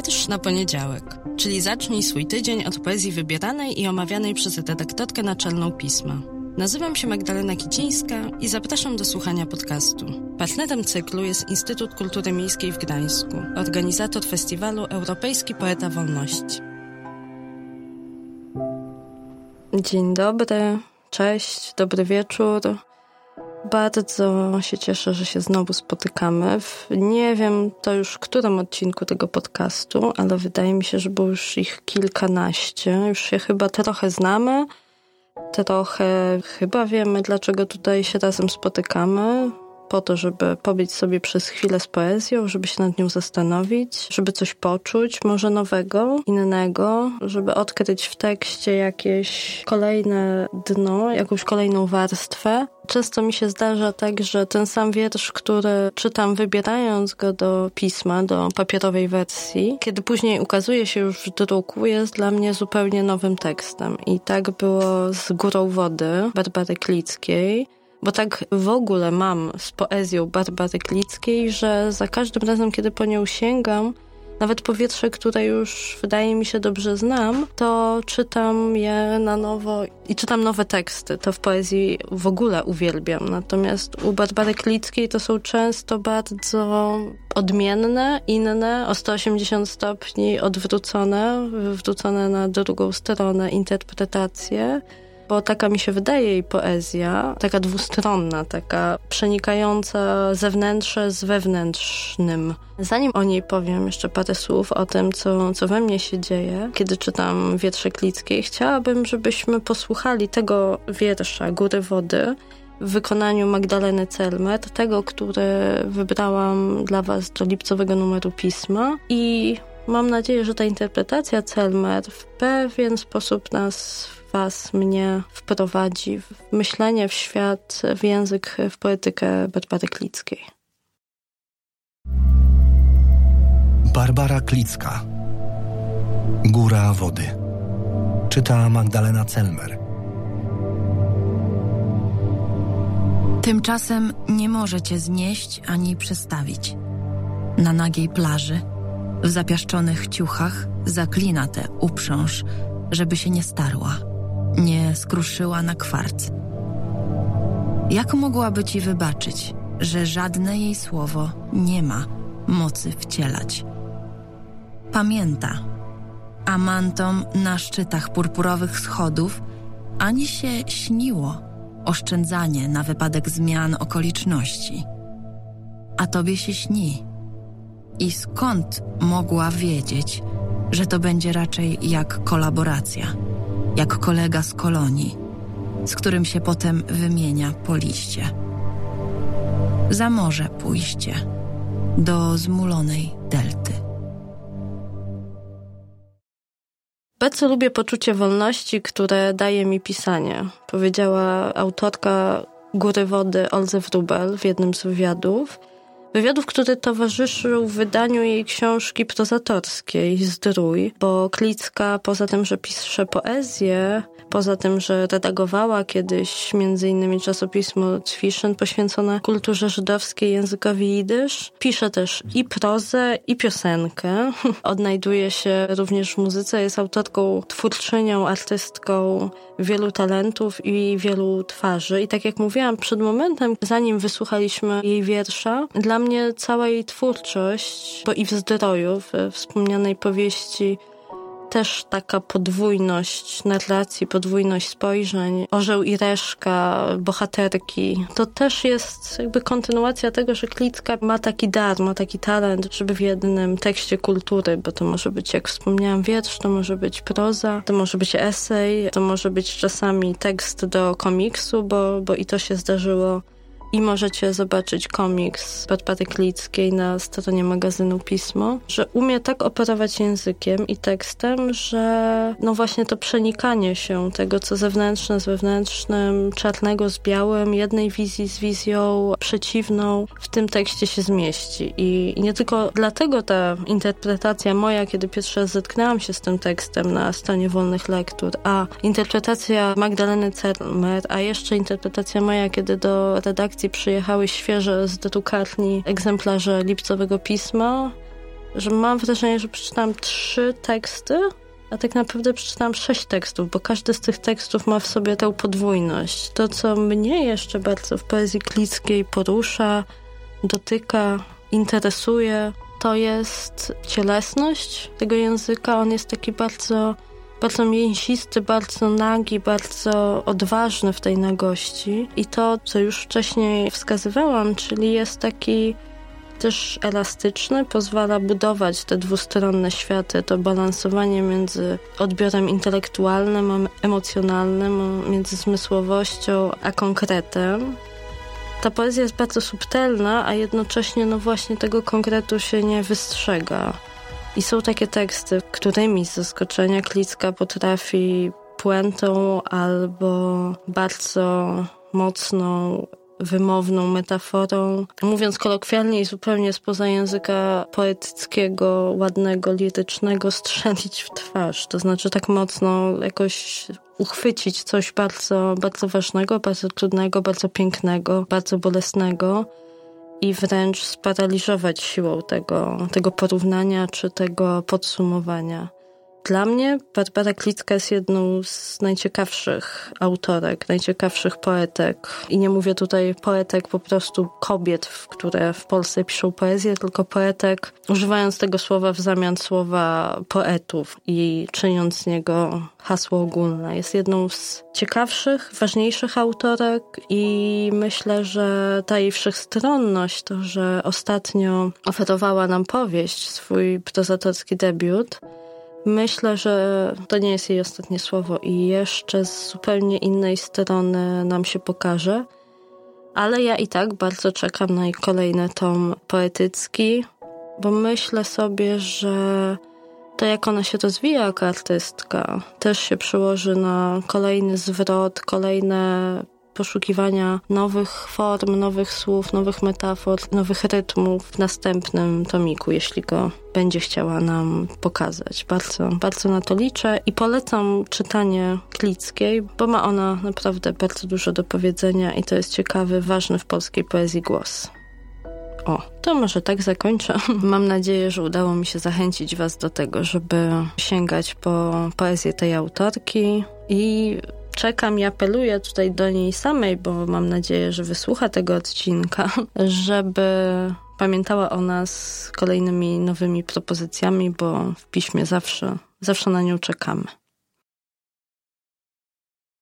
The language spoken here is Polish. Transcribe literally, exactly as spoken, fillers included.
Wiersz na poniedziałek, czyli zacznij swój tydzień od poezji wybieranej i omawianej przez redaktorkę naczelną pisma. Nazywam się Magdalena Kicińska i zapraszam do słuchania podcastu. Partnerem cyklu jest Instytut Kultury Miejskiej w Gdańsku, organizator festiwalu Europejski Poeta Wolności. Dzień dobry, cześć, dobry wieczór. Bardzo się cieszę, że się znowu spotykamy. W, nie wiem to już którym odcinku tego podcastu, ale wydaje mi się, że było już ich kilkanaście. Już się chyba trochę znamy. Trochę chyba wiemy, dlaczego tutaj się razem spotykamy. Po to, żeby pobyć sobie przez chwilę z poezją, żeby się nad nią zastanowić, żeby coś poczuć, może nowego, innego, żeby odkryć w tekście jakieś kolejne dno, jakąś kolejną warstwę. Często mi się zdarza tak, że ten sam wiersz, który czytam wybierając go do pisma, do papierowej wersji, kiedy później ukazuje się już w druku, jest dla mnie zupełnie nowym tekstem. I tak było z Górą wody Barbary Klickiej. Bo tak w ogóle mam z poezją Barbary Klickiej, że za każdym razem, kiedy po nią sięgam, nawet powietrze, które już wydaje mi się dobrze znam, to czytam je na nowo i czytam nowe teksty. To w poezji w ogóle uwielbiam. Natomiast u Barbary Klickiej to są często bardzo odmienne, inne, o sto osiemdziesiąt stopni odwrócone, wywrócone na drugą stronę interpretacje. Bo taka mi się wydaje jej poezja, taka dwustronna, taka przenikająca zewnętrzne z wewnętrznym. Zanim o niej powiem jeszcze parę słów o tym, co, co we mnie się dzieje, kiedy czytam wiersze Klickiej, chciałabym, żebyśmy posłuchali tego wiersza Góry wody w wykonaniu Magdaleny Celmer, tego, który wybrałam dla was do lipcowego numeru pisma i mam nadzieję, że ta interpretacja Celmer w pewien sposób nas was, mnie wprowadzi w myślenie, w świat, w język, w poetykę Barbary Klickiej. Barbara Klicka. Góra wody. Czyta Magdalena Celmer. Tymczasem nie może cię znieść ani przestawić. Na nagiej plaży, w zapiaszczonych ciuchach zaklina tę uprząż, żeby się nie starła, nie skruszyła na kwarc. Jak mogłaby ci wybaczyć, że żadne jej słowo nie ma mocy wcielać? Pamięta, amantom na szczytach purpurowych schodów ani się śniło oszczędzanie na wypadek zmian okoliczności. A tobie się śni. I skąd mogła wiedzieć, że to będzie raczej jak kolaboracja, jak kolega z kolonii, z którym się potem wymienia po liście. Za morze pójście, do zmulonej delty. Bardzo lubię poczucie wolności, które daje mi pisanie, powiedziała autorka Góry wody Oldze Wróbel w jednym z wywiadów. Wywiadów, który towarzyszył wydaniu jej książki prozatorskiej Zdrój, bo Klicka poza tym, że pisze poezję, poza tym, że redagowała kiedyś między innymi czasopismo Zwischen poświęcone kulturze żydowskiej, językowi jidysz, pisze też i prozę, i piosenkę. Odnajduje się również w muzyce, jest autorką, twórczynią, artystką wielu talentów i wielu twarzy. I tak jak mówiłam przed momentem, zanim wysłuchaliśmy jej wiersza, dla mnie cała jej twórczość, bo i w Zdroju, w wspomnianej powieści, też taka podwójność narracji, podwójność spojrzeń, orzeł i reszka, bohaterki. To też jest jakby kontynuacja tego, że Klicka ma taki dar, ma taki talent, żeby w jednym tekście kultury, bo to może być, jak wspomniałam, wiersz, to może być proza, to może być esej, to może być czasami tekst do komiksu, bo, bo i to się zdarzyło. I możecie zobaczyć komiks Barbary Klickiej na stronie magazynu Pismo, że umie tak operować językiem i tekstem, że no właśnie to przenikanie się tego, co zewnętrzne z wewnętrznym, czarnego z białym, jednej wizji z wizją przeciwną w tym tekście się zmieści. I, i nie tylko dlatego ta interpretacja moja, kiedy pierwszy raz zetknęłam się z tym tekstem na stronie Wolnych Lektur, a interpretacja Magdaleny Celmer, a jeszcze interpretacja moja, kiedy do redakcji przyjechały świeże z drukarni egzemplarze lipcowego pisma, że mam wrażenie, że przeczytałam trzy teksty, a tak naprawdę przeczytałam sześć tekstów, bo każdy z tych tekstów ma w sobie tę podwójność. To, co mnie jeszcze bardzo w poezji Klickiej porusza, dotyka, interesuje, to jest cielesność tego języka. On jest taki bardzo, bardzo mięsisty, bardzo nagi, bardzo odważny w tej nagości. I to, co już wcześniej wskazywałam, czyli jest taki też elastyczny, pozwala budować te dwustronne światy, to balansowanie między odbiorem intelektualnym, emocjonalnym, między zmysłowością a konkretem. Ta poezja jest bardzo subtelna, a jednocześnie no właśnie tego konkretu się nie wystrzega. I są takie teksty, którymi z zaskoczenia Klicka potrafi puentą albo bardzo mocną, wymowną metaforą, mówiąc kolokwialnie i zupełnie spoza języka poetyckiego, ładnego, lirycznego, strzelić w twarz. To znaczy tak mocno jakoś uchwycić coś bardzo, bardzo ważnego, bardzo trudnego, bardzo pięknego, bardzo bolesnego i wręcz sparaliżować siłą tego, tego porównania czy tego podsumowania. Dla mnie Barbara Klicka jest jedną z najciekawszych autorek, najciekawszych poetek. I nie mówię tutaj poetek po prostu kobiet, które w Polsce piszą poezję, tylko poetek, używając tego słowa w zamian słowa poetów i czyniąc z niego hasło ogólne. Jest jedną z ciekawszych, ważniejszych autorek i myślę, że ta jej wszechstronność, to, że ostatnio oferowała nam powieść, swój prozatorski debiut, myślę, że to nie jest jej ostatnie słowo i jeszcze z zupełnie innej strony nam się pokaże, ale ja i tak bardzo czekam na jej kolejny tom poetycki, bo myślę sobie, że to, jak ona się rozwija jako artystka, też się przełoży na kolejny zwrot, kolejne poszukiwania nowych form, nowych słów, nowych metafor, nowych rytmów w następnym tomiku, jeśli go będzie chciała nam pokazać. Bardzo, bardzo na to liczę i polecam czytanie Klickiej, bo ma ona naprawdę bardzo dużo do powiedzenia i to jest ciekawy, ważny w polskiej poezji głos. O, to może tak zakończę. Mam nadzieję, że udało mi się zachęcić was do tego, żeby sięgać po poezję tej autorki i czekam i apeluję tutaj do niej samej, bo mam nadzieję, że wysłucha tego odcinka, żeby pamiętała o nas kolejnymi nowymi propozycjami, bo w piśmie zawsze, zawsze na nią czekamy.